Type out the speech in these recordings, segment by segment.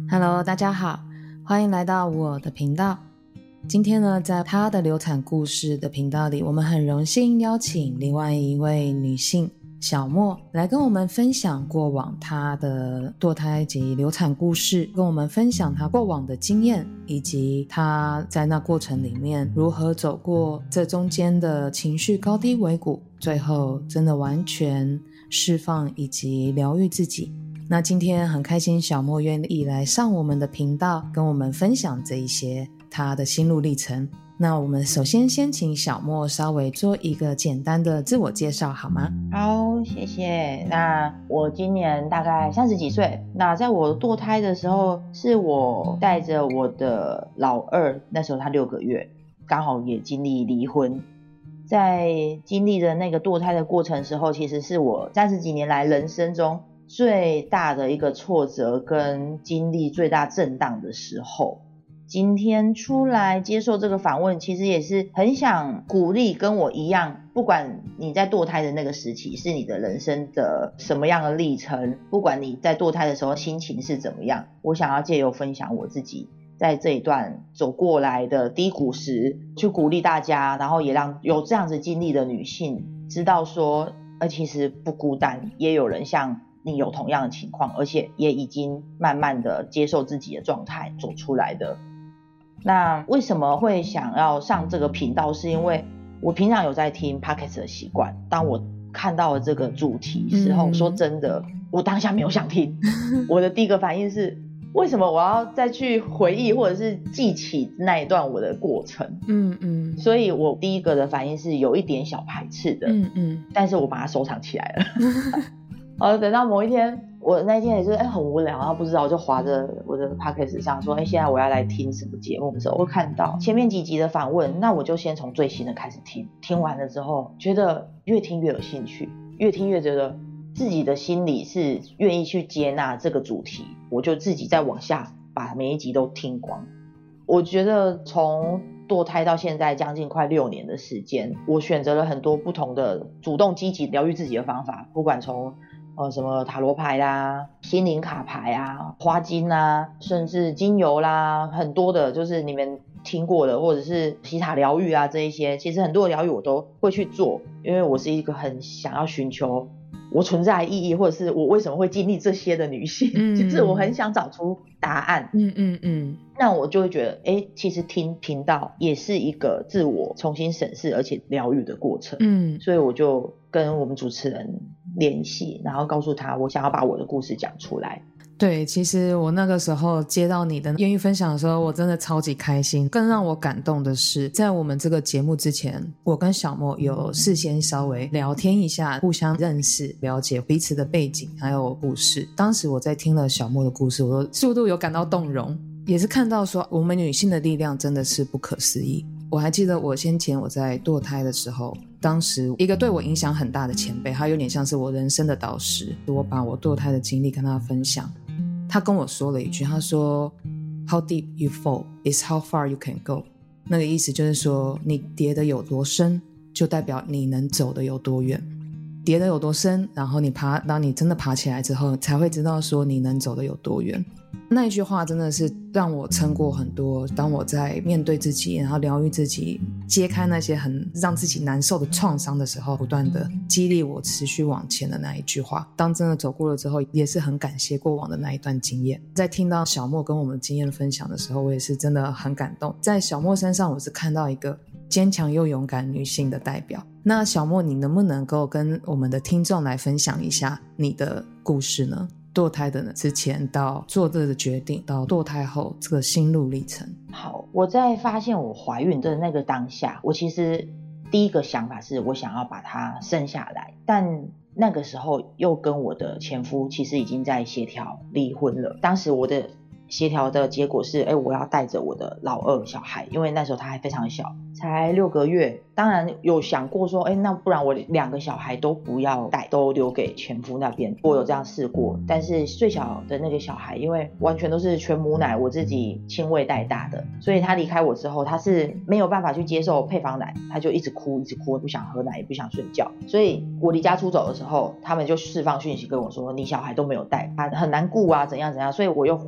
Hello， 大家好，欢迎来到我的频道。今天呢，在她的流产故事的频道里，我们很荣幸邀请另外一位女性小莫来跟我们分享过往她的堕胎及流产故事，跟我们分享她过往的经验，以及她在那过程里面如何走过这中间的情绪高低维谷，最后真的完全释放以及疗愈自己。那今天很开心小莫愿意来上我们的频道，跟我们分享这一些她的心路历程。那我们首先请小莫稍微做一个简单的自我介绍好吗？ 好，谢谢。那我今年大概30几岁，那在我堕胎的时候，是我带着我的老二，那时候他6个月，刚好也经历离婚。在经历的那个堕胎的过程时候，其实是我30几年来人生中最大的一个挫折跟经历最大震荡的时候。今天出来接受这个访问，其实也是很想鼓励跟我一样，不管你在堕胎的那个时期是你的人生的什么样的历程，不管你在堕胎的时候心情是怎么样，我想要借由分享我自己在这一段走过来的低谷时，去鼓励大家，然后也让有这样子经历的女性知道说，其实不孤单，也有人像你有同样的情况，而且也已经慢慢的接受自己的状态走出来的。那为什么会想要上这个频道，是因为我平常有在听 Podcast 的习惯，当我看到了这个主题时候，说真的我当下没有想听我的第一个反应是，为什么我要再去回忆或者是记起那一段我的过程。所以我第一个的反应是有一点小排斥的，但是我把它收藏起来了等到某一天，我那一天也是很无聊，然后不知道我就滑着我的 podcast 上说现在我要来听什么节目的时候，我看到前面几集的访问，那我就先从最新的开始听，听完了之后觉得越听越有兴趣，越听越觉得自己的心里是愿意去接纳这个主题，我就自己再往下把每一集都听光。我觉得从堕胎到现在将近快6年的时间，我选择了很多不同的主动积极疗愈自己的方法，不管从什么塔罗牌啦、心灵卡牌啊、花精啊，甚至精油啦，很多的就是你们听过的，或者是西塔疗愈啊，这一些其实很多的疗愈我都会去做，因为我是一个很想要寻求我存在的意义，或者是我为什么会经历这些的女性，就是我很想找出答案。那我就会觉得其实听频道也是一个自我重新审视而且疗愈的过程。所以我就跟我们主持人联系，然后告诉他我想要把我的故事讲出来。 对，其实我那个时候接到你的愿意分享的时候，我真的超级开心。更让我感动的是，在我们这个节目之前，我跟小莫有事先稍微聊天一下，互相认识了解彼此的背景还有故事。当时我在听了小莫的故事，我速度有感到动容，也是看到说我们女性的力量真的是不可思议。我还记得我先前我在堕胎的时候，当时一个对我影响很大的前辈，他有点像是我人生的导师，我把我堕胎的经历跟他分享，他跟我说了一句，他说 How deep you fall is how far you can go。 那个意思就是说，你跌得有多深就代表你能走得有多远，跌得有多深，然后当你真的爬起来之后，才会知道说你能走得有多远。那一句话真的是让我撑过很多，当我在面对自己，然后疗愈自己，揭开那些很让自己难受的创伤的时候，不断的激励我持续往前的那一句话。当真的走过了之后，也是很感谢过往的那一段经验。在听到小莫跟我们经验分享的时候，我也是真的很感动。在小莫身上，我是看到一个坚强又勇敢女性的代表。那小莫，你能不能够跟我们的听众来分享一下你的故事呢？堕胎的之前到做这个决定，到堕胎后这个心路历程。 好，我在发现我怀孕的那个当下，我其实第一个想法是我想要把它生下来，但那个时候又跟我的前夫其实已经在协调离婚了。当时我的协调的结果是我要带着我的老二小孩，因为那时候他还非常小，才6个月。当然有想过说那不然我2个小孩都不要带，都留给前夫那边，我有这样试过。但是最小的那个小孩因为完全都是全母奶，我自己亲喂带大的，所以他离开我之后，他是没有办法去接受配方奶，他就一直哭，不想喝奶，也不想睡觉。所以我离家出走的时候，他们就释放讯息跟我说，你小孩都没有带，他很难顾啊，怎样怎样。所以我又返回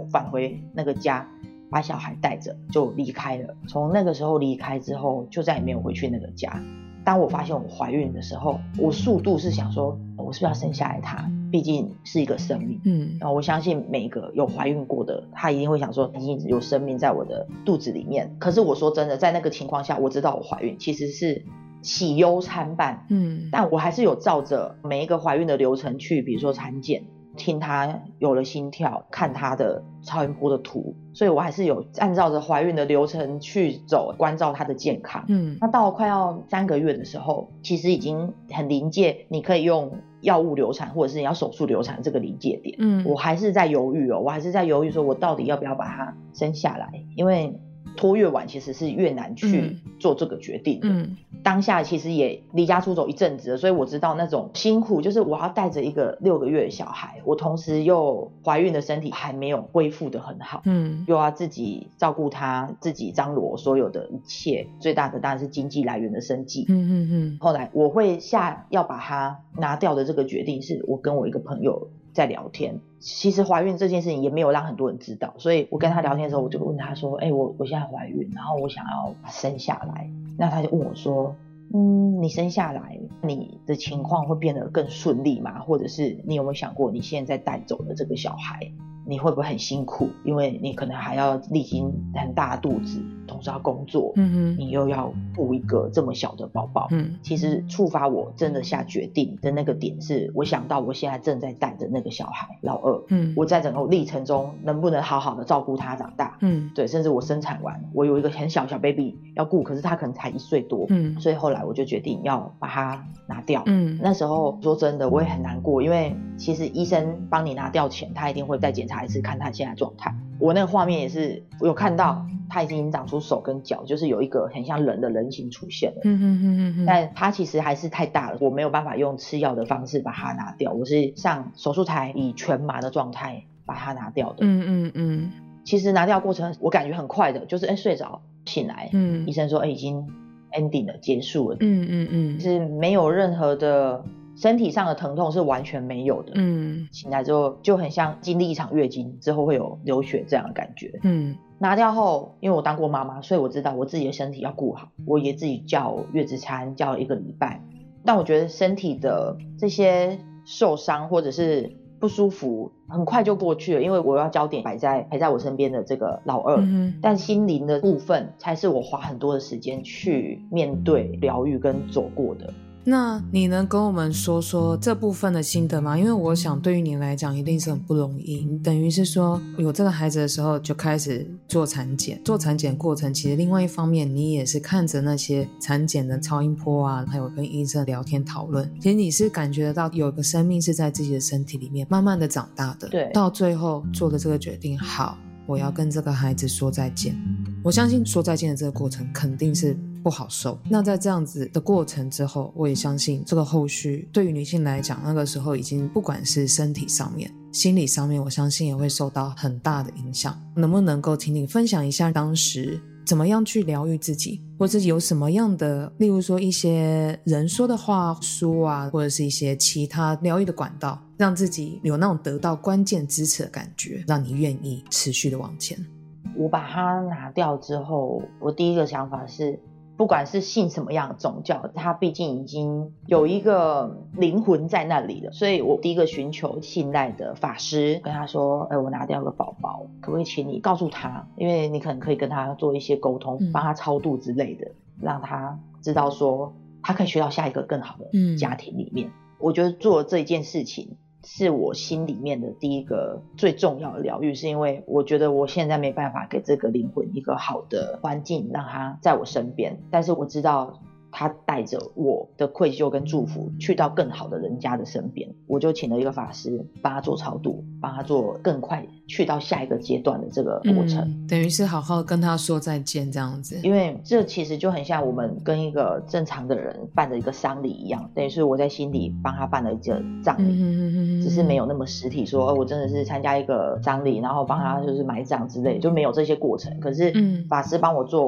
回那个家，把小孩带着就离开了。从那个时候离开之后，就再也没有回去那个家。当我发现我怀孕的时候，我速度是想说，我是不是要生下来她？毕竟是一个生命。然后我相信每个有怀孕过的，他一定会想说，已经有生命在我的肚子里面。可是我说真的，在那个情况下，我知道我怀孕，其实是喜忧参半。但我还是有照着每一个怀孕的流程去，比如说产检，听她有了心跳，看她的超音波的图，所以我还是有按照着怀孕的流程去走，关照她的健康。那到了快要3个月的时候，其实已经很临界，你可以用药物流产或者是你要手术流产这个临界点。我还是在犹豫我还是在犹豫说我到底要不要把它生下来，因为拖越晚其实是越难去做这个决定的。当下其实也离家出走一阵子了，所以我知道那种辛苦，就是我要带着一个6个月的小孩，我同时又怀孕的身体还没有恢复得很好，又要自己照顾他，自己张罗所有的一切，最大的当然是经济来源的生计。后来我会下要把它拿掉的这个决定，是我跟我一个朋友在聊天。其实怀孕这件事情也没有让很多人知道，所以我跟他聊天的时候，我就问他说，我现在怀孕，然后我想要生下来。那他就问我说，你生下来你的情况会变得更顺利吗？或者是你有没有想过你现在带走的这个小孩，你会不会很辛苦？因为你可能还要历经很大的肚子，同时要工作，你又要顾一个这么小的宝宝。其实触发我真的下决定的那个点是，我想到我现在正在带着那个小孩老二，我在整个历程中能不能好好的照顾他长大。对，甚至我生产完，我有一个很小 baby 要顾，可是他可能才1岁多。所以后来我就决定要把他拿掉。那时候说真的我也很难过，因为其实医生帮你拿掉前，他一定会再检查一次，看他现在状态。我那个画面也是我有看到他已经长出手跟脚，就是有一个很像人的人形出现了。但他其实还是太大了，我没有办法用吃药的方式把它拿掉，我是上手术台以全麻的状态把它拿掉的。其实拿掉过程我感觉很快的，就是睡着醒来，医生说已经 ending 了，结束了。是没有任何的身体上的疼痛，是完全没有的。醒来之后就很像经历一场月经之后会有流血这样的感觉。拿掉后，因为我当过妈妈，所以我知道我自己的身体要顾好，我也自己叫月子餐叫了1个礼拜。但我觉得身体的这些受伤或者是不舒服很快就过去了，因为我要焦点摆在陪在我身边的这个老二。但心灵的部分才是我花很多的时间去面对疗愈跟走过的。 那你能跟我们说说这部分的心得吗？因为我想对于你来讲一定是很不容易，你等于是说有这个孩子的时候就开始做产检，做产检过程其实另外一方面你也是看着那些产检的超音波啊，还有跟医生聊天讨论，其实你是感觉得到有个生命是在自己的身体里面慢慢的长大的。 对， 到最后做的这个决定，好，我要跟这个孩子说再见。我相信说再见的这个过程肯定是不好受。那在这样子的过程之后，我也相信这个后续对于女性来讲，那个时候已经不管是身体上面心理上面，我相信也会受到很大的影响。能不能够请你分享一下当时怎么样去疗愈自己，或者有什么样的例如说一些人说的话书啊，或者是一些其他疗愈的管道，让自己有那种得到关键支持的感觉，让你愿意持续的往前。 我把它拿掉之后，我第一个想法是不管是信什么样的宗教，它毕竟已经有一个灵魂在那里了，所以我第一个寻求信赖的法师，跟他说我拿掉个宝宝，可不可以请你告诉他，因为你可能可以跟他做一些沟通，帮他超度之类的，让他知道说他可以学到下一个更好的家庭里面。我觉得做这一件事情是我心里面的第一个最重要的疗愈，是因为我觉得我现在没办法给这个灵魂一个好的环境让他在我身边，但是我知道他带着我的愧疚跟祝福去到更好的人家的身边，我就请了一个法师帮他做超度，帮他做更快去到下一个阶段的这个过程。 等于是好好跟他说再见这样子。 因为这其实就很像我们跟一个正常的人办的一个丧礼一样，等于是我在心里帮他办了一个葬礼，只是没有那么实体说我真的是参加一个丧礼然后帮他就是埋葬之类，就没有这些过程。可是法师帮我做完，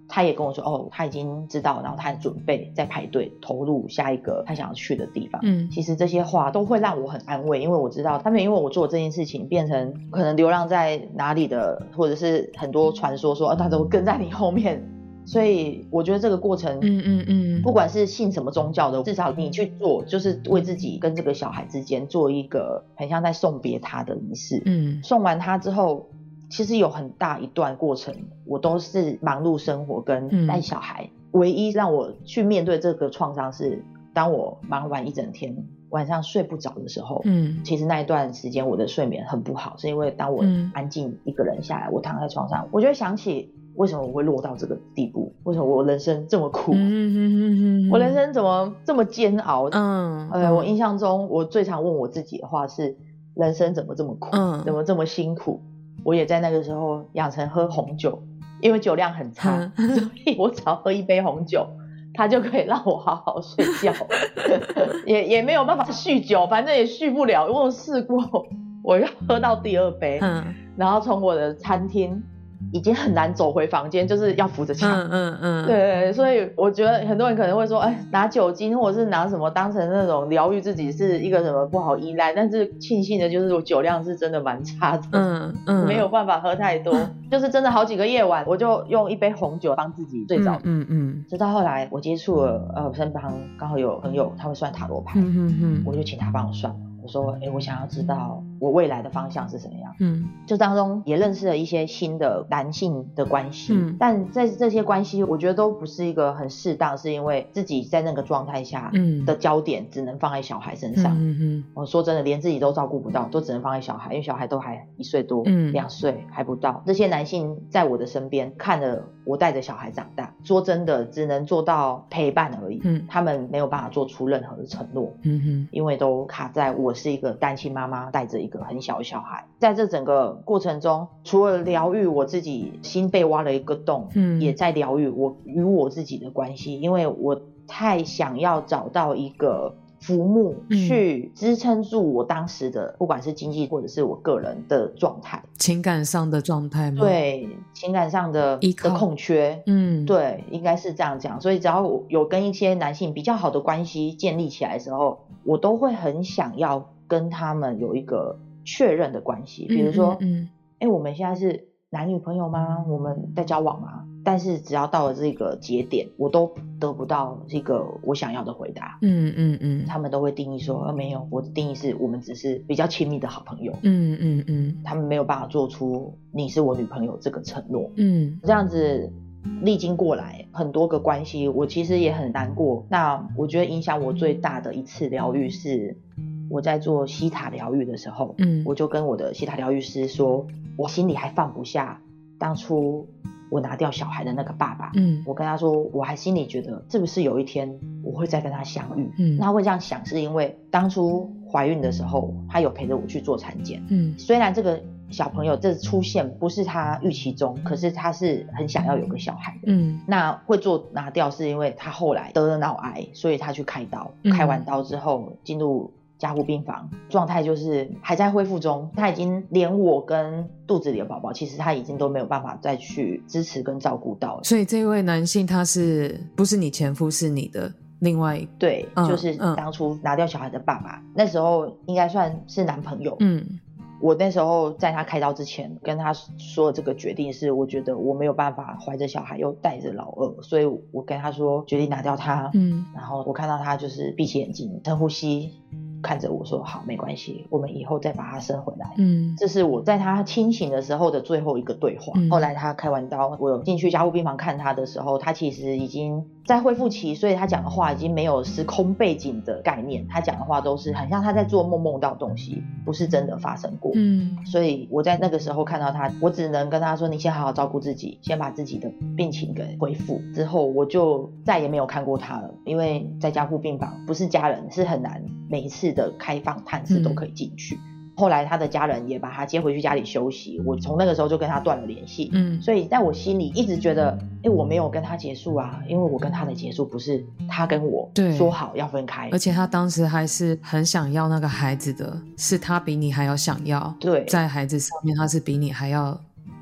他也跟我说哦，他已经知道，然后他准备在排队投入下一个他想要去的地方。其实这些话都会让我很安慰，因为我知道他们因为我做这件事情变成可能流浪在哪里的，或者是很多传说说他都跟在你后面，所以我觉得这个过程不管是信什么宗教的，至少你去做就是为自己跟这个小孩之间做一个很像在送别他的仪式。送完他之后其实有很大一段过程我都是忙碌生活跟带小孩，唯一让我去面对这个创伤是当我忙完一整天晚上睡不着的时候，其实那一段时间我的睡眠很不好，是因为当我安静一个人下来，我躺在床上，我就会想起为什么我会落到这个地步，为什么我人生这么苦，我人生怎么这么煎熬。我印象中我最常问我自己的话是人生怎么这么苦，怎么这么辛苦。我也在那个时候养成喝红酒，因为酒量很差，所以我只要喝一杯红酒它就可以让我好好睡觉也没有办法酗酒，反正也酗不了，我有试过我要喝到第二杯，然后从我的餐厅已经很难走回房间，就是要扶着墙。对，所以我觉得很多人可能会说拿酒精或者是拿什么当成那种疗愈自己是一个什么不好依赖，但是庆幸的就是我酒量是真的蛮差的，没有办法喝太多就是真的好几个夜晚我就用一杯红酒帮自己睡着。直到后来我接触了身旁刚好有朋友他会算塔罗牌，我就请他帮我算，我说我想要知道我未来的方向是什么样。就当中也认识了一些新的男性的关系，但在这些关系我觉得都不是一个很适当，是因为自己在那个状态下的焦点只能放在小孩身上。我说真的连自己都照顾不到，都只能放在小孩，因为小孩都还1岁多2岁还不到。这些男性在我的身边看了我带着小孩长大，说真的只能做到陪伴而已，他们没有办法做出任何的承诺，因为都卡在我是一个单亲妈妈带着一个很小的小孩。在这整个过程中除了疗愈我自己心被挖了一个洞，也在疗愈我与我自己的关系，因为我太想要找到一个浮木去支撑住我当时的不管是经济或者是我个人的状态， 情感上的状态吗？ 对，情感上的空缺。对，应该是这样讲。所以只要有跟一些男性比较好的关系建立起来的时候，我都会很想要跟他们有一个确认的关系，比如说我们现在是男女朋友吗？我们在交往吗？但是只要到了这个节点我都得不到这个我想要的回答。他们都会定义说没有，我的定义是我们只是比较亲密的好朋友。他们没有办法做出你是我女朋友这个承诺。这样子历经过来很多个关系，我其实也很难过。那我觉得影响我最大的一次疗愈是我在做西塔疗愈的时候，我就跟我的西塔疗愈师说我心里还放不下当初我拿掉小孩的那个爸爸。我跟他说我还心里觉得是不是有一天我会再跟他相遇。那会这样想是因为当初怀孕的时候他有陪着我去做产检。虽然这个小朋友这出现不是他预期中，可是他是很想要有个小孩的。那会做拿掉是因为他后来得了脑癌，所以他去开刀，开完刀之后进入加护病房，状态就是还在恢复中，他已经连我跟肚子里的宝宝其实他已经都没有办法再去支持跟照顾到了。 所以这位男性他是不是你前夫，是你的另外对，就是当初拿掉小孩的爸爸，那时候应该算是男朋友。我那时候在他开刀之前跟他说这个决定是我觉得我没有办法怀着小孩又带着老二，所以我跟他说决定拿掉他。然后我看到他就是闭起眼睛深呼吸看着我说好没关系，我们以后再把他生回来。这是我在他清醒的时候的最后一个对话。后来他开完刀，我有进去加护病房看他的时候，他其实已经在恢复期，所以他讲的话已经没有时空背景的概念，他讲的话都是很像他在做梦梦到东西，不是真的发生过。所以我在那个时候看到他，我只能跟他说你先好好照顾自己，先把自己的病情给恢复。之后我就再也没有看过他了，因为在加护病房不是家人是很难每一次的开放探视都可以进去。后来他的家人也把他接回去家里休息，我从那个时候就跟他断了联系。所以在我心里一直觉得我没有跟他结束啊，因为我跟他的结束不是他跟我说好要分开， 而且他当时还是很想要那个孩子的，是他比你还要想要。 对， 在孩子上面他是比你还要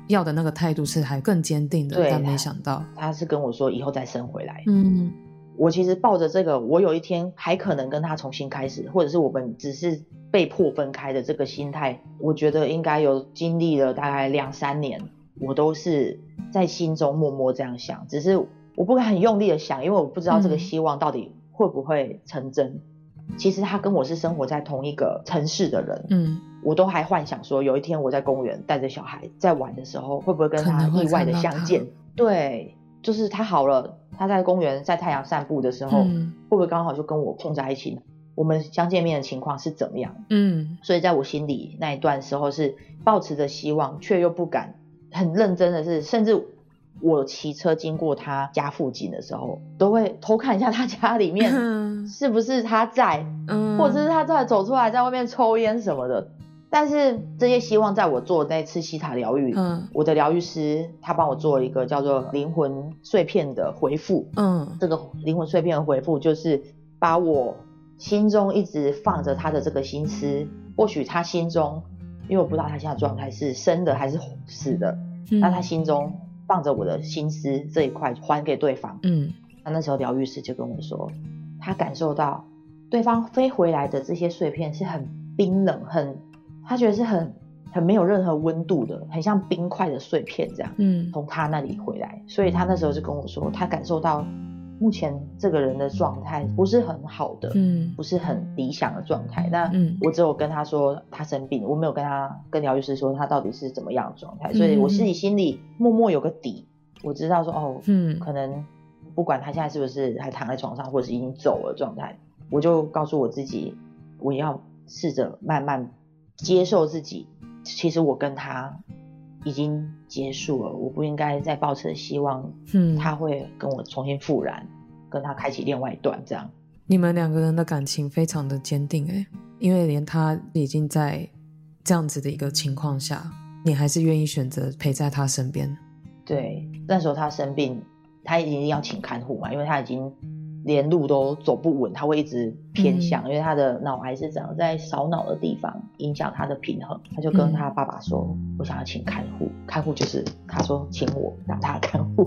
要的那个态度是还更坚定的，但没想到他是跟我说以后再生回来。 我其实抱着这个我有一天还可能跟他重新开始，或者是我们只是被迫分开的这个心态，我觉得应该有经历了大概2-3年，我都是在心中默默这样想，只是我不敢很用力的想，因为我不知道这个希望到底会不会成真。其实他跟我是生活在同一个城市的人，我都还幻想说有一天我在公园带着小孩在玩的时候，会不会跟他意外的相见。对，就是他好了，他在公园晒太阳散步的时候，会不会刚好就跟我碰在一起，我们相见面的情况是怎么样。所以在我心里那一段时候是抱持着希望，却又不敢很认真的是，甚至我骑车经过他家附近的时候，都会偷看一下他家里面是不是他在，或者是他在走出来在外面抽烟什么的。但是这些希望在我做那次西塔疗愈，我的疗愈师他帮我做了一个叫做灵魂碎片的回复。这个灵魂碎片的回复就是把我心中一直放着他的这个心思，或许他心中，因为我不知道他现在状态是生的还是死的，那他心中放着我的心思这一块还给对方。那时候疗愈师就跟我说，他感受到对方飞回来的这些碎片是很冰冷，他觉得是很没有任何温度的，很像冰块的碎片这样，从他那里回来。所以他那时候就跟我说，他感受到目前这个人的状态不是很好的，不是很理想的状态。那我只有跟他说他生病，我没有跟疗愈师说他到底是怎么样的状态。所以我自己心里默默有个底，我知道说可能不管他现在是不是还躺在床上，或者是已经走了状态，我就告诉我自己，我要试着慢慢接受自己，其实我跟他已经结束了，我不应该再抱持希望他会跟我重新复燃，跟他开启另外一段这样。 你们两个人的感情非常的坚定因为连他已经在这样子的一个情况下，你还是愿意选择陪在他身边。 对，那时候他生病，他已经要请看护嘛，因为他已经连路都走不稳，他会一直偏向，因为他的脑癌是长在烧脑的地方，影响他的平衡。他就跟他爸爸说，我想要请看护，看护就是他说请我当他的看护。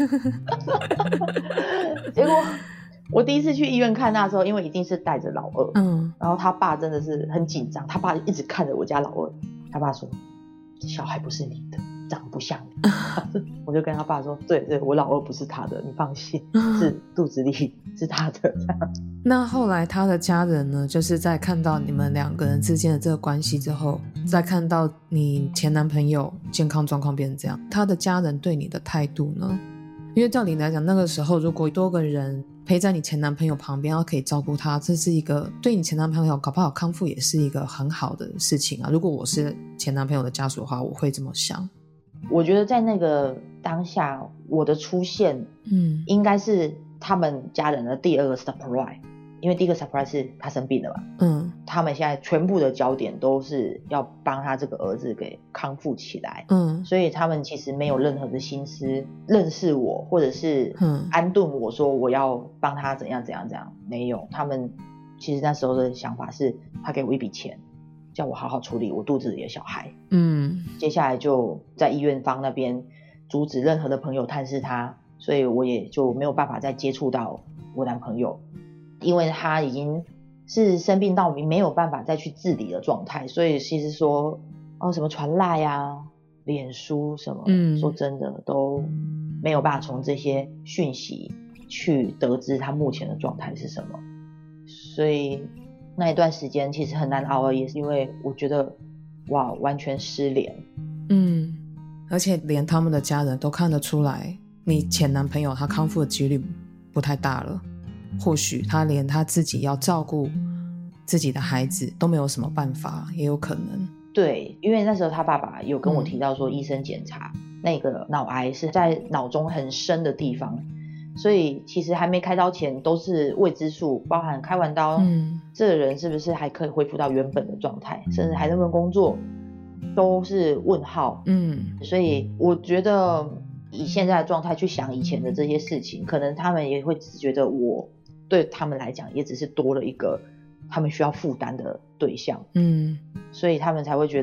结果我第一次去医院看他的时候，因为一定是带着老二，然后他爸真的是很紧张，他爸一直看着我家老二，他爸说小孩不是你的，长不像你。我就跟他爸说，对，我老二不是他的，你放心，是肚子里是他的。 那后来他的家人呢，就是在看到你们两个人之间的这个关系之后，再看到你前男朋友健康状况变成这样，他的家人对你的态度呢？因为照理来讲，那个时候如果多个人陪在你前男朋友旁边，可以照顾他，这是一个对你前男朋友搞不好康复也是一个很好的事情啊。如果我是前男朋友的家属的话，我会这么想。 我觉得在那个当下，我的出现应该是他们家人的第二个 surprise， 因为第一个 surprise 是他生病了嘛，他们现在全部的焦点都是要帮他这个儿子给康复起来，所以他们其实没有任何的心思认识我，或者是安顿我说我要帮他怎样怎样怎样，没有。他们其实那时候的想法是，他给我一笔钱，叫我好好处理我肚子里的小孩，接下来就在医院方那边阻止任何的朋友探视他，所以我也就没有办法再接触到我男朋友，因为他已经是生病到没有办法再去自理的状态，所以其实说什么传赖啊、脸书什么，说真的都没有办法从这些讯息去得知他目前的状态是什么，所以那一段时间其实很难熬，也是因为我觉得哇，完全失联。 而且连他们的家人都看得出来，你前男朋友他康复的几率不太大了，或许他连他自己要照顾自己的孩子都没有什么办法，也有可能。 对，因为那时候他爸爸有跟我提到说，医生检查那个脑癌是在脑中很深的地方，所以其实还没开刀前都是未知数，包含开完刀这个人是不是还可以恢复到原本的状态，甚至还能不能工作都是问号。所以我觉得以现在的状态去想以前的这些事情，可能他们也会只觉得我对他们来讲也只是多了一个他们需要负担的对象，所以他们才会觉得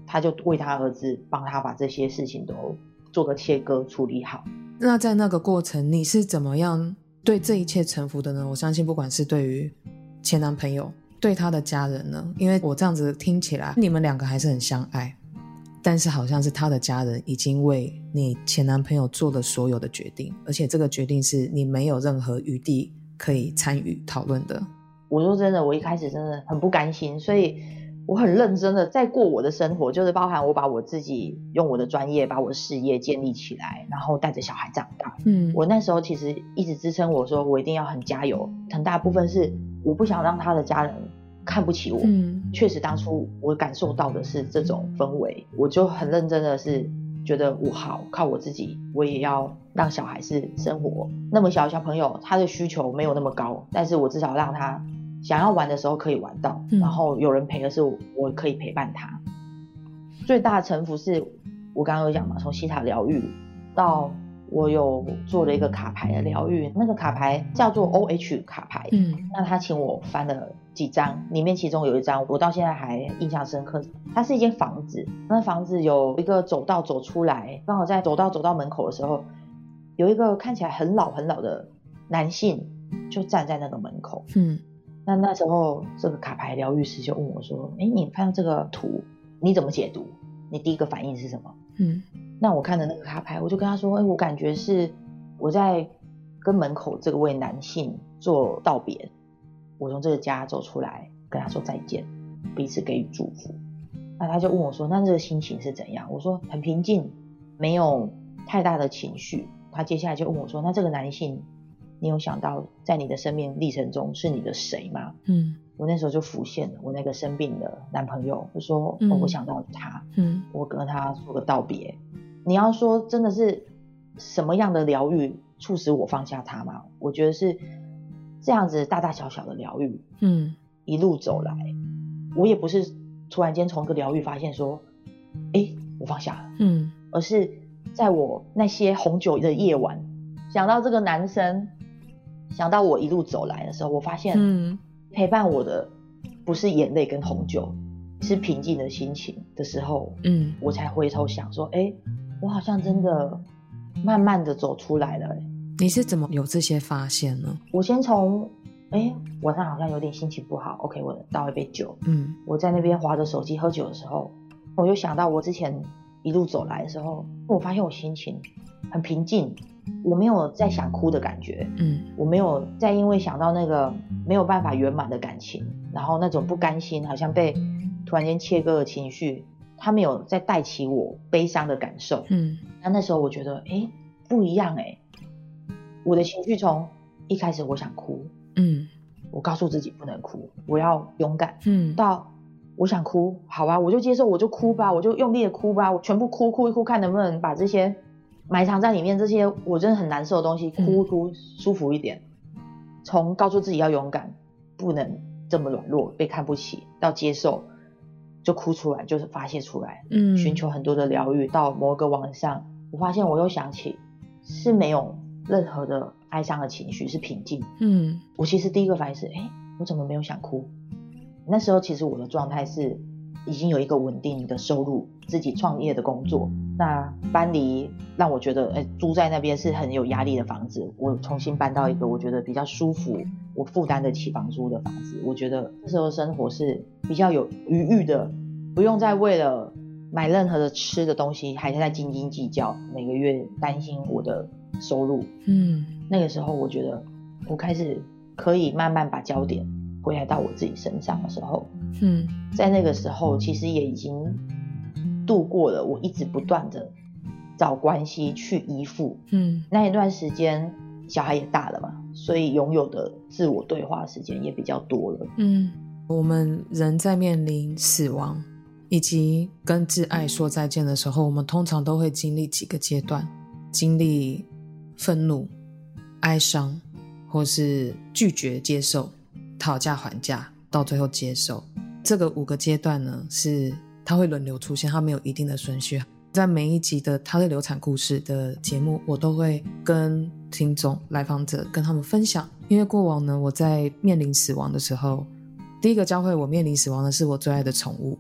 他就为他儿子帮他把这些事情都做个切割处理好。 那在那个过程你是怎么样对这一切臣服的呢？我相信不管是对于前男朋友对他的家人呢，因为我这样子听起来你们两个还是很相爱，但是好像是他的家人已经为你前男朋友做了所有的决定，而且这个决定是你没有任何余地可以参与讨论的。 我说真的，我一开始真的很不甘心，所以我很认真的在过我的生活，就是包含我把我自己用我的专业把我的事业建立起来，然后带着小孩长大。我那时候其实一直支撑我说我一定要很加油，很大部分是我不想让他的家人看不起我。确实当初我感受到的是这种氛围，我就很认真的是觉得我好靠我自己，我也要让小孩是生活那么小朋友他的需求没有那么高，但是我至少让他想要玩的时候可以玩到，然后有人陪的是我可以陪伴他。最大的臣服是我刚刚有讲嘛，从西塔疗愈到我有做了一个卡牌的疗愈，那个卡牌叫做 OH 卡牌。那他请我翻了几张，里面其中有一张我到现在还印象深刻，它是一间房子，那房子有一个走道走出来，刚好在走到门口的时候，有一个看起来很老很老的男性就站在那个门口。那时候这个卡牌疗愈师就问我说，你看到这个图你怎么解读？你第一个反应是什么？那我看的那个卡牌，我就跟他说，我感觉是我在跟门口这位男性做道别，我从这个家走出来跟他说再见，彼此给予祝福。那他就问我说，那这个心情是怎样？我说很平静，没有太大的情绪。他接下来就问我说，那这个男性你有想到在你的生命历程中是你的谁吗？我那时候就浮现了我那个生病的男朋友，我说我想到他，我跟他说个道别。你要说真的是什么样的疗愈促使我放下他吗？我觉得是这样子大大小小的疗愈，一路走来，我也不是突然间从一个疗愈发现说我放下了，而是在我那些红酒的夜晚想到这个男生，想到我一路走来的时候，我发现陪伴我的不是眼泪跟红酒，是平静的心情的时候，我才回头想说我好像真的慢慢的走出来了。 你是怎么有这些发现呢？ 我先从晚上好像有点心情不好， OK 我倒一杯酒，我在那边滑着手机喝酒的时候，我就想到我之前一路走来的时候，我发现我心情很平静，我没有在想哭的感觉，我没有再因为想到那个没有办法圆满的感情，然后那种不甘心好像被突然间切割的情绪，他没有再带起我悲伤的感受。那时候我觉得不一样我的情绪从一开始我想哭，我告诉自己不能哭，我要勇敢，到我想哭，好吧，我就接受，我就哭吧，我就用力的哭吧，我全部哭一哭，看能不能把这些埋藏在里面这些我真的很难受的东西哭一哭，舒服一点。从告诉自己要勇敢，不能这么软弱，被看不起，到接受就哭出来，就是发泄出来，寻求很多的疗愈。到某个晚上，我发现我又想起是没有任何的哀伤的情绪，是平静。我其实第一个反应是我怎么没有想哭？那时候其实我的状态是已经有一个稳定的收入，自己创业的工作，那搬离让我觉得租在那边是很有压力的房子，我重新搬到一个我觉得比较舒服，我负担得起房租的房子。我觉得那时候生活是比较有余裕的，不用再为了买任何的吃的东西还在斤斤计较，每个月担心我的收入。那个时候我觉得我开始可以慢慢把焦点回来到我自己身上的时候，在那个时候其实也已经度过了我一直不断的找关系去依附，那一段时间小孩也大了嘛，所以拥有的自我对话时间也比较多了。 我们人在面临死亡以及跟挚爱说再见的时候，我们通常都会经历几个阶段，经历愤怒、哀伤，或是拒绝接受、讨价还价，到最后接受。这个5个阶段呢，是它会轮流出现，它没有一定的顺序。在每一集的他的流产故事的节目，我都会跟听众来访者跟他们分享，因为过往呢，我在面临死亡的时候，第一个教会我面临死亡的是我最爱的宠物，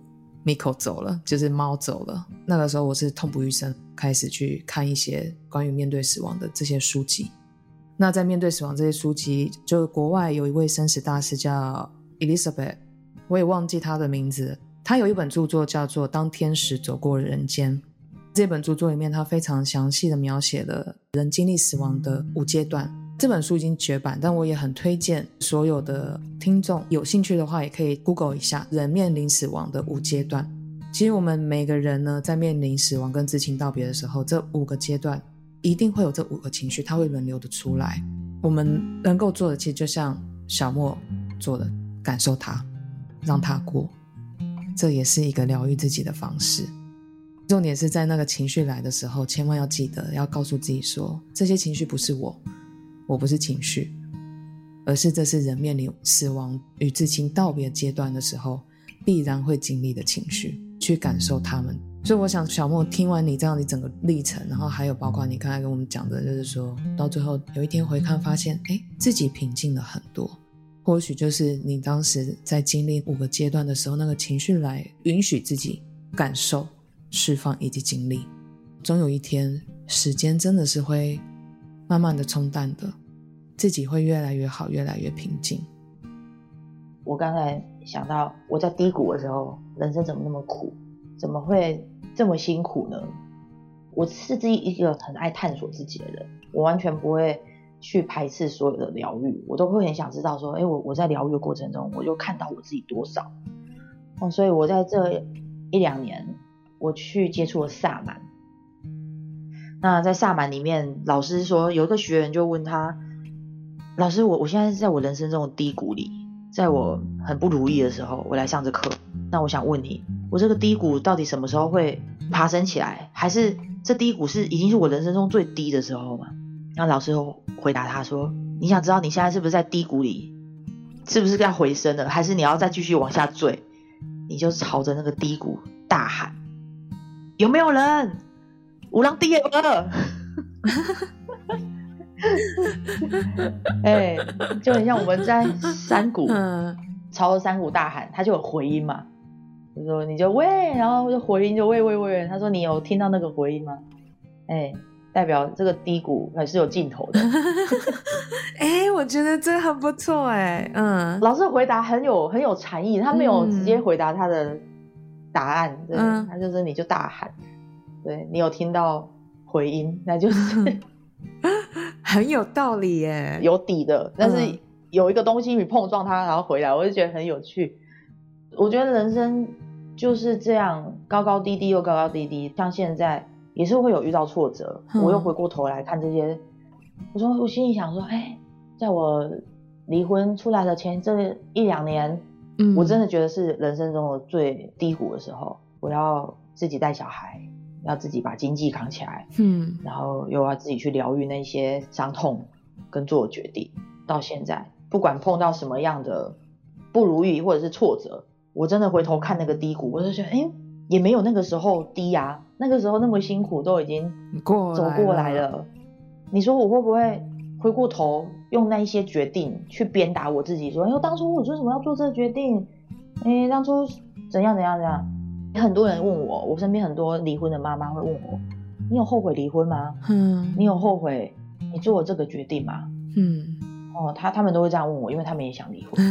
Miko 走了，就是猫走了。那个时候我是痛不欲生，开始去看一些关于面对死亡的这些书籍。那在面对死亡这些书籍，就国外有一位生死大师叫 Elizabeth， 我也忘记她的名字，她有一本著作叫做《当天使走过人间》。这本著作里面，她非常详细的描写了人经历死亡的5阶段。这本书已经绝版，但我也很推荐所有的听众有兴趣的话，也可以 Google 一下人面临死亡的5阶段。其实我们每个人呢，在面临死亡跟至亲道别的时候，这5个阶段一定会有这5个情绪，它会轮流的出来。我们能够做的，其实就像小莫做的，感受它，让它过，这也是一个疗愈自己的方式。重点是在那个情绪来的时候，千万要记得要告诉自己说，这些情绪不是我不是情绪，而是这是人面临死亡与至亲道别阶段的时候必然会经历的情绪，去感受他们。所以我想小莫听完你这样的整个历程，然后还有包括你刚才跟我们讲的，就是说到最后有一天回看发现自己平静了很多，或许就是你当时在经历5个阶段的时候，那个情绪来允许自己感受、释放以及经历。终有一天时间真的是会慢慢的冲淡的，自己会越来越好，越来越平静。 我刚才想到我在低谷的时候，人生怎么那么苦，怎么会这么辛苦呢？我是自己一个很爱探索自己的人，我完全不会去排斥所有的疗愈，我都会很想知道说我在疗愈的过程中我就看到我自己多少。所以我在这1-2年我去接触了萨满。那在萨满里面，老师说有一个学员就问他，老师我现在是在我人生中的低谷里，在我很不如意的时候我来上这课，那我想问你，我这个低谷到底什么时候会爬升起来，还是这低谷是已经是我人生中最低的时候吗？那老师回答他说，你想知道你现在是不是在低谷里，是不是要回升了，还是你要再继续往下坠？你就朝着那个低谷大喊，有没有人有人低了就很像我们在山谷朝着山谷大喊，它就有回音嘛，就说你就喂，然后就回音就喂喂喂。他说你有听到那个回音吗？代表这个低谷还是有尽头的我觉得这很不错老师的回答很有禅意，他没有直接回答他的答案，对，他就是你就大喊，对，你有听到回音，那就是很有道理耶， 有底的，但是有一个东西你碰撞它然后回来，我就觉得很有趣。我觉得人生就是这样，高高低低又高高低低，像现在也是会有遇到挫折，我又回过头来看这些，我心里想说在我离婚出来的前这1-2年，我真的觉得是人生中的最低谷的时候，我要自己带小孩，要自己把经济扛起来，然后又要自己去疗愈那些伤痛跟做决定。到现在不管碰到什么样的不如意或者是挫折，我真的回头看那个低谷，我就觉得也没有那个时候低啊，那个时候那么辛苦都已经走过来了。你说我会不会回过头用那一些决定去鞭打我自己，说当初我为什么要做这个决定，当初怎样怎样怎样。很多人问我身边很多离婚的妈妈会问我，你有后悔离婚吗？你有后悔你做了这个决定吗？他们都会这样问我，因为他们也想离婚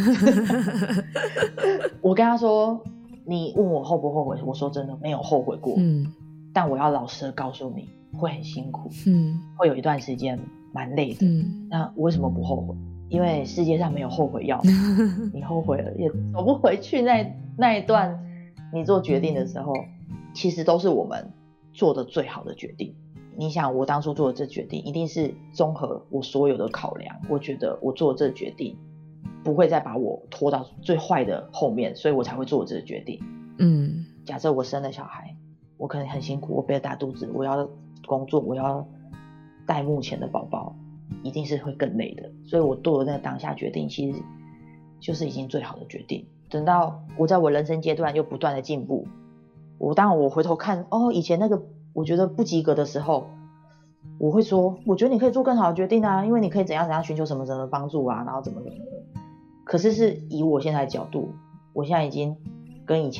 我跟他说，你问我后不后悔，我说真的没有后悔过，但我要老实的告诉你，会很辛苦，会有一段时间蛮累的，那我为什么不后悔？因为世界上没有后悔药你后悔了也走不回去，那一段你做决定的时候，其实都是我们做的最好的决定。你想我当初做的这决定一定是综合我所有的考量，我觉得我做这决定不会再把我拖到最坏的后面，所以我才会做这个决定。假设我生了小孩，我可能很辛苦，我背了大肚子，我要工作，我要带目前的宝宝，一定是会更累的，所以我做的那个当下决定其实就是已经最好的决定。等到我在我人生阶段又不断的进步，当然我回头看以前那个我觉得不及格的时候，我会说我觉得你可以做更好的决定啊，因为你可以怎样怎样寻求什么什么帮助啊，然后怎么可是以我现在的角度，我现在已经跟以前的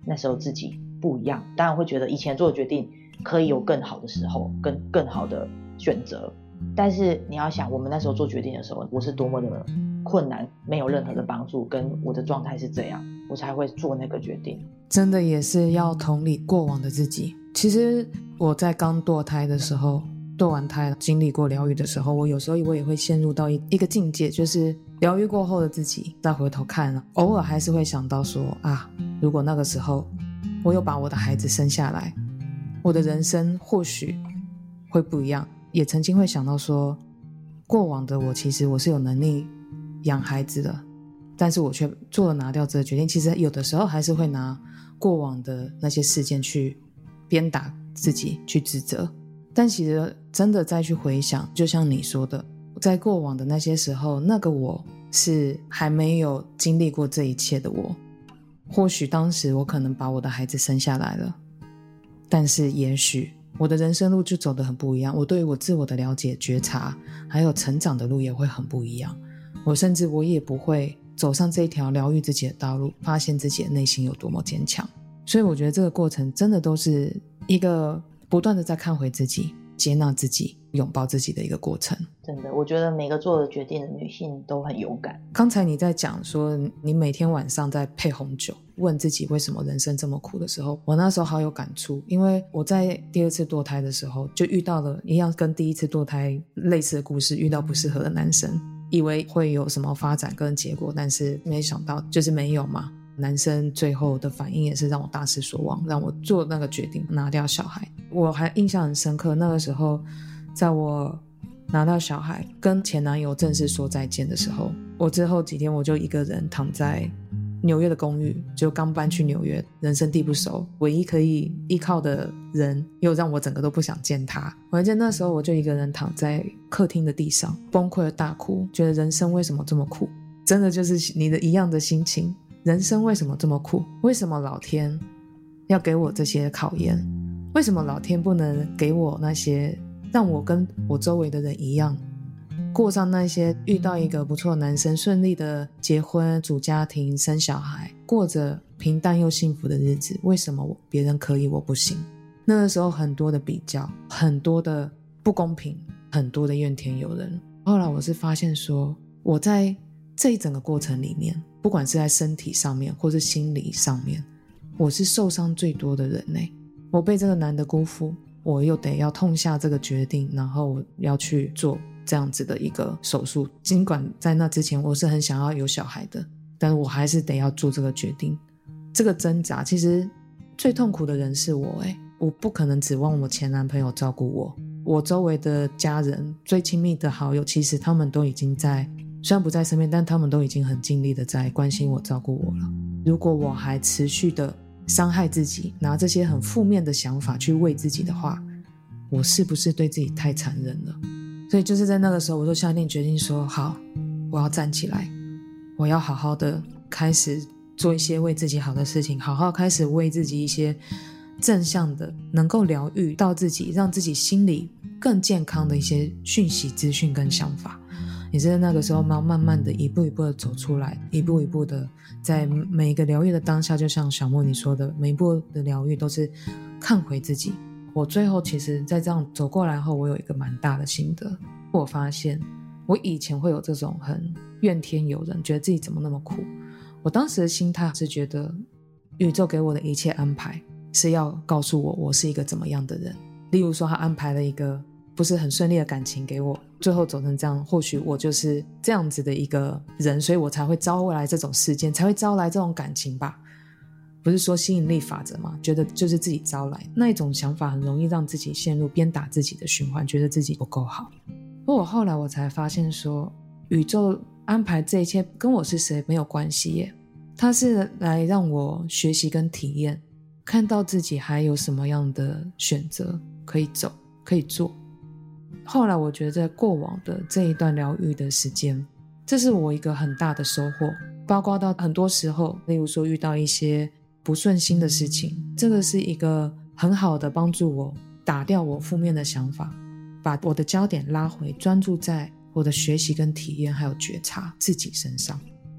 那时候自己不一样，当然会觉得以前做的决定可以有更好的时候跟更好的选择，但是你要想我们那时候做决定的时候，我是多么的困难，没有任何的帮助，跟我的状态是这样，我才会做那个决定。 真的也是要同理过往的自己。其实我在刚堕胎的时候，堕完胎经历过疗愈的时候，我有时候我也会陷入到一个境界，就是疗愈过后的自己再回头看，偶尔还是会想到说如果那个时候我有把我的孩子生下来，我的人生或许会不一样。也曾经会想到说，过往的我其实我是有能力养孩子的，但是我却做了拿掉这个决定。其实有的时候还是会拿过往的那些事件去鞭打自己，去指责。但其实真的再去回想，就像你说的，在过往的那些时候，那个我是还没有经历过这一切的我。或许当时我可能把我的孩子生下来了，但是也许我的人生路就走得很不一样，我对于我自我的了解、觉察还有成长的路也会很不一样。甚至我也不会走上这一条疗愈自己的道路，发现自己的内心有多么坚强。所以我觉得这个过程真的都是一个不断的在看回自己、接纳自己、拥抱自己的一个过程。 真的，我觉得每个做的决定的女性都很勇敢。 刚才你在讲说你每天晚上在配红酒，问自己为什么人生这么苦的时候，我那时候好有感触。因为我在第二次堕胎的时候就遇到了一样跟第一次堕胎类似的故事，遇到不适合的男生，以为会有什么发展跟结果，但是没想到就是没有嘛。男生最后的反应也是让我大失所望，让我做那个决定拿掉小孩。我还印象很深刻，那个时候在我拿到小孩跟前男友正式说再见的时候，我之后几天我就一个人躺在纽约的公寓，就刚搬去纽约，人生地不熟，唯一可以依靠的人又让我整个都不想见他。我还记得那时候我就一个人躺在客厅的地上崩溃的大哭，觉得人生为什么这么苦。真的就是你的一样的心情，人生为什么这么苦？为什么老天要给我这些考验？为什么老天不能给我那些让我跟我周围的人一样，过上那些遇到一个不错的男生，顺利的结婚组家庭生小孩，过着平淡又幸福的日子？为什么别人可以我不行？那个时候很多的比较，很多的不公平，很多的怨天尤人。后来我是发现说，我在这一整个过程里面，不管是在身体上面或是心理上面，我是受伤最多的人欸。我被这个男的辜负，我又得要痛下这个决定，然后我要去做这样子的一个手术。尽管在那之前我是很想要有小孩的，但我还是得要做这个决定。这个挣扎其实最痛苦的人是我欸。我不可能指望我前男朋友照顾我，我周围的家人最亲密的好友，其实他们都已经在，虽然不在身边，但他们都已经很尽力的在关心我照顾我了。如果我还持续的伤害自己，拿这些很负面的想法去为自己的话，我是不是对自己太残忍了？所以就是在那个时候，我就下定决定说，好，我要站起来，我要好好的开始做一些为自己好的事情，好好开始为自己一些正向的能够疗愈到自己，让自己心里更健康的一些讯息资讯跟想法。也是在那个时候慢慢的一步一步的走出来，一步一步的在每一个疗愈的当下，就像小莫你说的，每一步的疗愈都是看回自己。我最后其实在这样走过来后，我有一个蛮大的心得，我发现我以前会有这种很怨天尤人，觉得自己怎么那么苦。我当时的心态是觉得宇宙给我的一切安排是要告诉我我是一个怎么样的人。例如说他安排了一个不是很顺利的感情给我，最后走成这样，或许我就是这样子的一个人，所以我才会招来这种事件，才会招来这种感情吧。不是说吸引力法则吗？觉得就是自己招来，那一种想法很容易让自己陷入鞭打自己的循环，觉得自己不够好。不过后来我才发现说，宇宙安排这一切跟我是谁没有关系耶，它是来让我学习跟体验，看到自己还有什么样的选择可以走可以做。后来我觉得在过往的这一段疗愈的时间，这是我一个很大的收获，包括到很多时候，例如说遇到一些不顺心的事情，这个是一个很好的帮助我打掉我负面的想法，把我的焦点拉回，专注在我的学习跟体验还有觉察自己身上。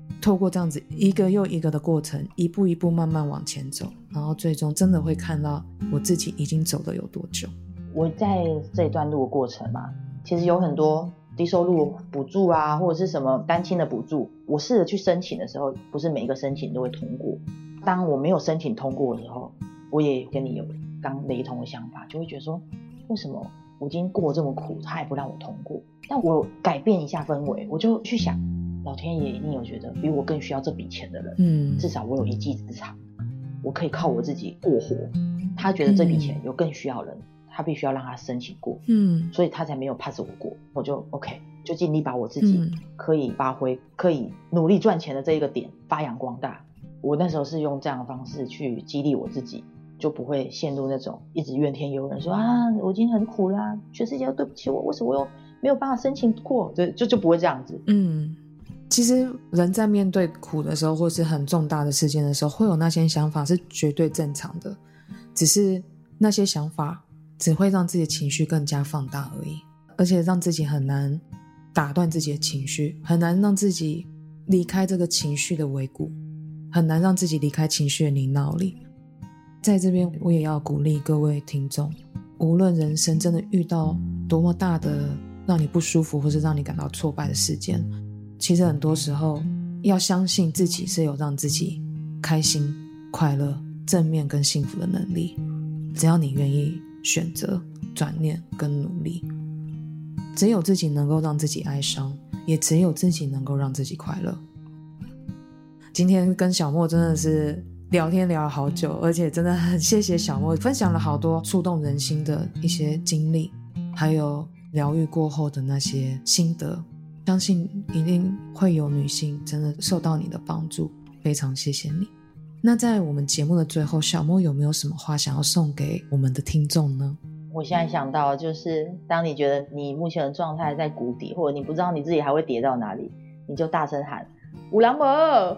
透过这样子一个又一个的过程，一步一步慢慢往前走，然后最终真的会看到我自己已经走了有多久。 我在这一段路的过程嘛，其实有很多低收入补助啊，或者是什么单亲的补助，我试着去申请的时候，不是每一个申请都会通过。当我没有申请通过的时候，我也跟你有刚雷同的想法，就会觉得说，为什么我已经过这么苦，他还不让我通过？但我改变一下氛围，我就去想，老天爷一定有觉得比我更需要这笔钱的人，至少我有一技之长，我可以靠我自己过活。他觉得这笔钱有更需要人，他必须要让他申请过，所以他才没有 pass 我过。我就 OK， 就尽力把我自己可以发挥、可以努力赚钱的这一个点发扬光大。我那时候是用这样的方式去激励我自己，就不会陷入那种一直怨天尤人，说啊我已经很苦啦，全世界都对不起我，为什么我又没有办法申请过，就不会这样子。 其实人在面对苦的时候，或是很重大的事件的时候，会有那些想法是绝对正常的，只是那些想法只会让自己的情绪更加放大而已，而且让自己很难打断自己的情绪，很难让自己离开这个情绪的围谷，很难让自己离开情绪的泥淖里。在这边我也要鼓励各位听众，无论人生真的遇到多么大的让你不舒服或是让你感到挫败的事件，其实很多时候要相信自己是有让自己开心、快乐、正面跟幸福的能力，只要你愿意选择转念跟努力。只有自己能够让自己哀伤，也只有自己能够让自己快乐。今天跟小莫真的是聊天聊了好久，而且真的很谢谢小莫分享了好多触动人心的一些经历，还有疗愈过后的那些心得，相信一定会有女性真的受到你的帮助，非常谢谢你。那在我们节目的最后，小莫有没有什么话想要送给我们的听众呢？ 我现在想到就是当你觉得你目前的状态在谷底，或者你不知道你自己还会跌到哪里，你就大声喊有人无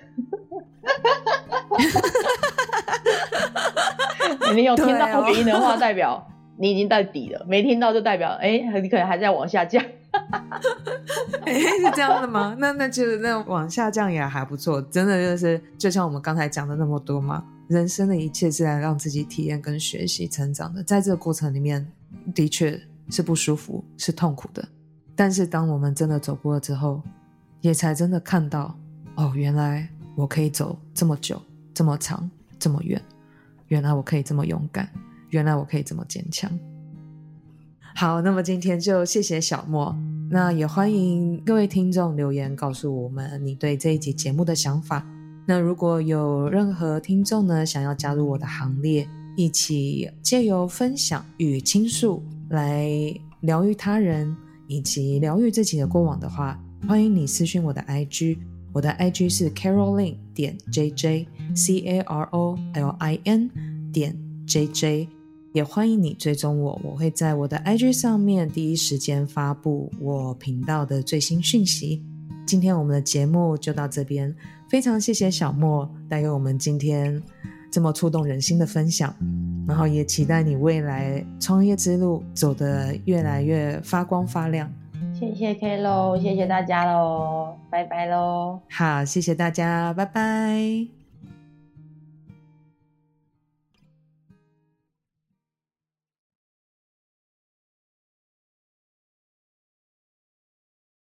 你有听到原因的话，代表你已经到底了，没听到就代表你可能还在往下降。 是这样的吗？那就是那往下降也还不错，真的就是就像我们刚才讲的那么多嘛，人生的一切是来让自己体验跟学习成长的，在这个过程里面的确是不舒服是痛苦的，但是当我们真的走过了之后，也才真的看到原来我可以走这么久这么长这么远，原来我可以这么勇敢，原来我可以这么坚强。好，那么今天就谢谢小莫，那也欢迎各位听众留言告诉我们你对这一集节目的想法。那如果有任何听众呢想要加入我的行列，一起借由分享与倾诉来疗愈他人以及疗愈自己的过往的话，欢迎你私讯我的 IG， 我的 IG 是 carolyn.jj carolin.jj， 也欢迎你追踪我，我会在我的 IG 上面第一时间发布我频道的最新讯息。今天我们的节目就到这边，非常谢谢小莫带给我们今天这么触动人心的分享，然后也期待你未来创业之路走得越来越发光发亮。 谢谢 K 咯，谢谢大家咯，拜拜咯。 好，谢谢大家，拜拜。